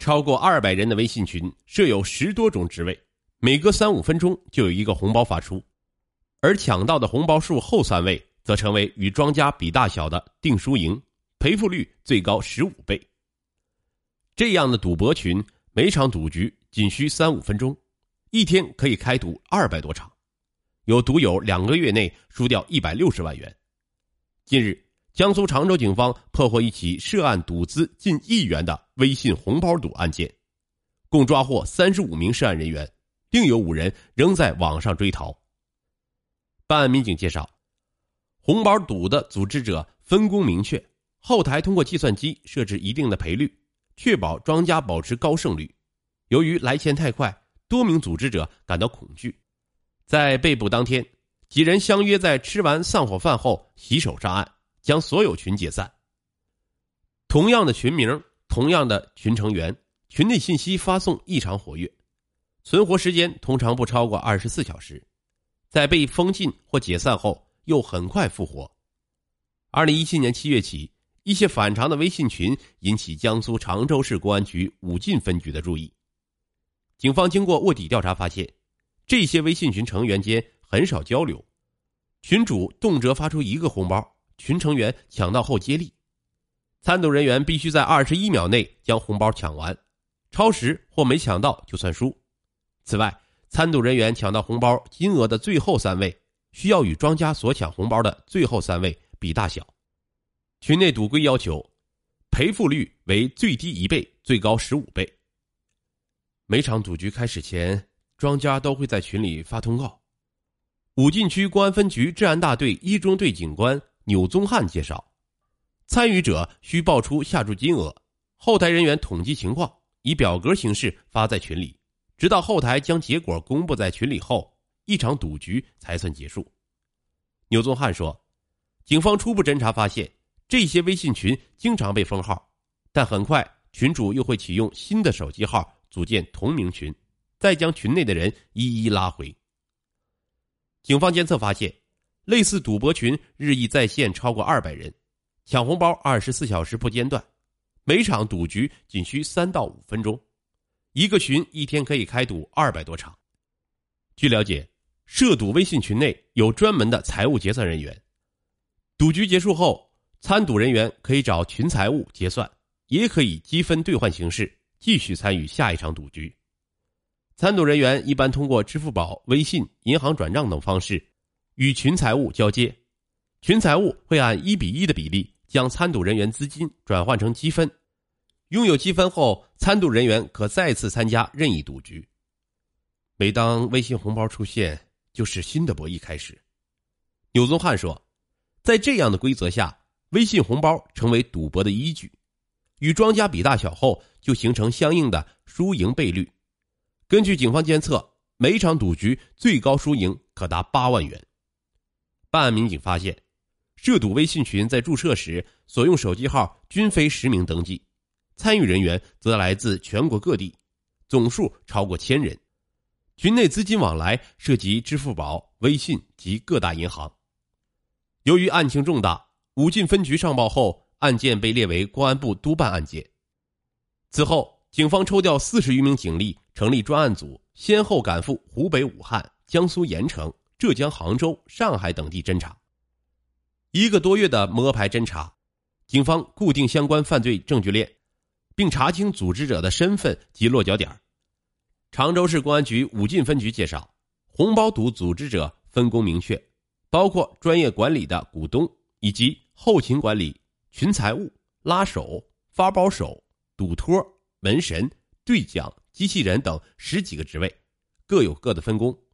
超过200人的微信群设有10多种职位，每隔3-5分钟就有一个红包发出，而抢到的红包数后3位则成为与庄家比大小的定输赢，赔付率最高15倍。这样的赌博群，每场赌局仅需3-5分钟，一天可以开赌200多场，有赌友2个月内输掉160万元。近日，江苏常州警方破获一起涉案赌资近1亿元的微信红包赌案件，共抓获35名涉案人员，另有5人仍在网上追逃。办案民警介绍，红包赌的组织者分工明确，后台通过计算机设置一定的赔率，确保庄家保持高胜率。由于来钱太快，多名组织者感到恐惧，在被捕当天，几人相约在吃完散伙饭后洗手上岸，将所有群解散。同样的群名，同样的群成员，群内信息发送异常活跃，存活时间通常不超过24小时，在被封禁或解散后又很快复活。2017年7月起，一些反常的微信群引起江苏常州市公安局武进分局的注意。警方经过卧底调查发现，这些微信群成员间很少交流，群主动辄发出1个红包，群成员抢到后接力，参赌人员必须在21秒内将红包抢完，超时或没抢到就算输。此外，参赌人员抢到红包金额的最后3位需要与庄家所抢红包的最后3位比大小。群内赌规要求赔付率为最低1倍，最高15倍。每场赌局开始前，庄家都会在群里发通告。武进区公安分局治安大队1中队警官钮宗汉介绍，参与者需报出下注金额，后台人员统计情况，以表格形式发在群里，直到后台将结果公布在群里后，一场赌局才算结束。钮宗汉说，警方初步侦查发现，这些微信群经常被封号，但很快群主又会启用新的手机号组建同名群，再将群内的人一一拉回。警方监测发现，类似赌博群日益在线超过200人，抢红包24小时不间断，每场赌局仅需3到5分钟，一个群一天可以开赌200多场。据了解，涉赌微信群内有专门的财务结算人员，赌局结束后，参赌人员可以找群财务结算，也可以积分兑换形式继续参与下一场赌局。参赌人员一般通过支付宝、微信、银行转账等方式与群财务交接，群财务会按1:1的比例将参赌人员资金转换成积分，拥有积分后，参赌人员可再次参加任意赌局。每当微信红包出现，就是新的博弈开始。钮宗汉说，在这样的规则下，微信红包成为赌博的依据，与庄家比大小后就形成相应的输赢倍率。根据警方监测，每场赌局最高输赢可达8万元。办案民警发现，涉赌微信群在注册时所用手机号均非实名登记，参与人员则来自全国各地，总数超过1000人。群内资金往来涉及支付宝、微信及各大银行。由于案情重大，武进分局上报后，案件被列为公安部督办案件。此后，警方抽调40余名警力，成立专案组，先后赶赴湖北武汉、江苏盐城、浙江杭州、上海等地侦查。1个多月的摸排侦查，警方固定相关犯罪证据链，并查清组织者的身份及落脚点。常州市公安局武进分局介绍，红包赌组织者分工明确，包括专业管理的股东以及后勤管理、群财务、拉手、发包手、赌托、门神、兑奖、机器人等10几个职位，各有各的分工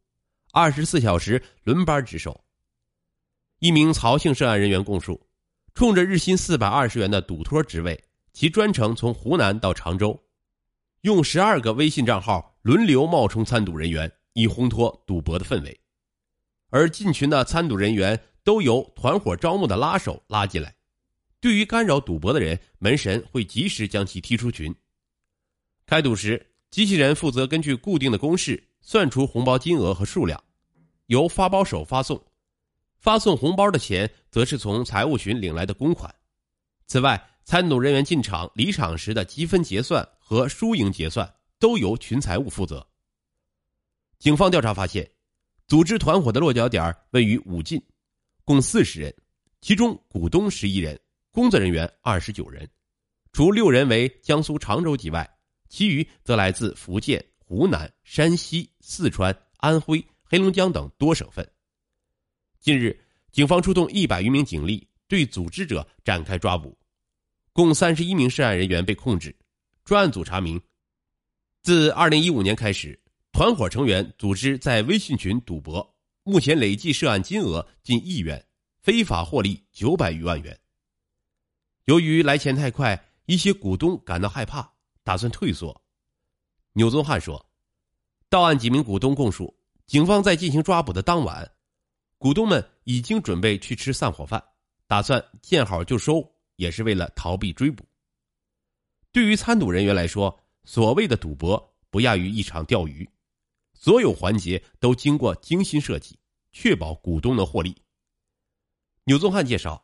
，24小时轮班值守。一名曹姓涉案人员供述，冲着日薪420元的赌托职位，其专程从湖南到常州，用12个微信账号轮流冒充参赌人员，以烘托赌博的氛围。而进群的参赌人员都由团伙招募的拉手拉进来，对于干扰赌博的人，门神会及时将其踢出群。开赌时，机器人负责根据固定的公式算出红包金额和数量，由发包手发送。发送红包的钱则是从财务群领来的公款。此外， 参赌人员进场离场时的积分结算和输赢结算都由群财务负责。警方调查发现，组织团伙的落脚点位于武进，共40人，其中股东11人，工作人员29人，除6人为江苏常州籍外，其余则来自福建、湖南、山西、四川、安徽、黑龙江等多省份。近日，警方出动100余名警力对组织者展开抓捕，共31名涉案人员被控制。专案组查明，自2015年开始，团伙成员组织在微信群赌博，目前累计涉案金额近1亿元，非法获利900余万元。由于来钱太快，一些股东感到害怕，打算退缩。钮宗汉说，到案几名股东供述，警方在进行抓捕的当晚，股东们已经准备去吃散伙饭，打算见好就收，也是为了逃避追捕。对于参赌人员来说，所谓的赌博不亚于一场钓鱼，所有环节都经过精心设计，确保股东的获利。钮宗汉介绍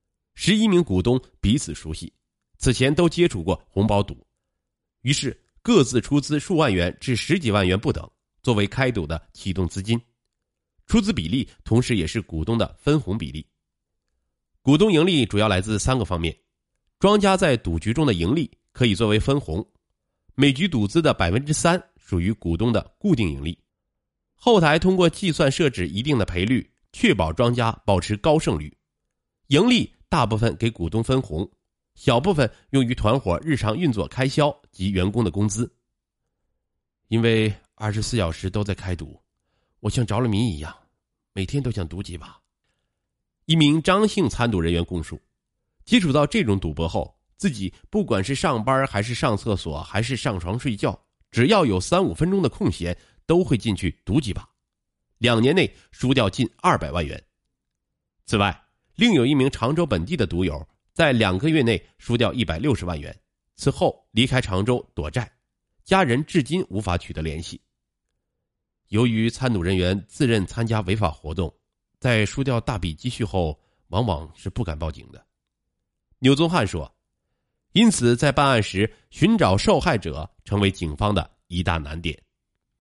，11名股东彼此熟悉，此前都接触过红包赌，于是各自出资数万元至10几万元不等，作为开赌的启动资金。出资比例同时也是股东的分红比例。股东盈利主要来自3个方面，庄家在赌局中的盈利可以作为分红，每局赌资的 3% 属于股东的固定盈利，后台通过计算设置一定的赔率，确保庄家保持高胜率。盈利大部分给股东分红，小部分用于团伙日常运作开销及员工的工资。因为24小时都在开赌，我像着了迷一样，每天都想赌几把。一名张姓参赌人员供述，接触到这种赌博后，自己不管是上班还是上厕所还是上床睡觉，只要有3-5分钟的空闲，都会进去赌几把，2年内输掉近200万元。此外，另有一名常州本地的赌友在2个月内输掉160万元，此后离开常州躲债，家人至今无法取得联系。由于参赌人员自认参加违法活动，在输掉大笔积蓄后，往往是不敢报警的。钮宗汉说，因此在办案时寻找受害者成为警方的一大难点。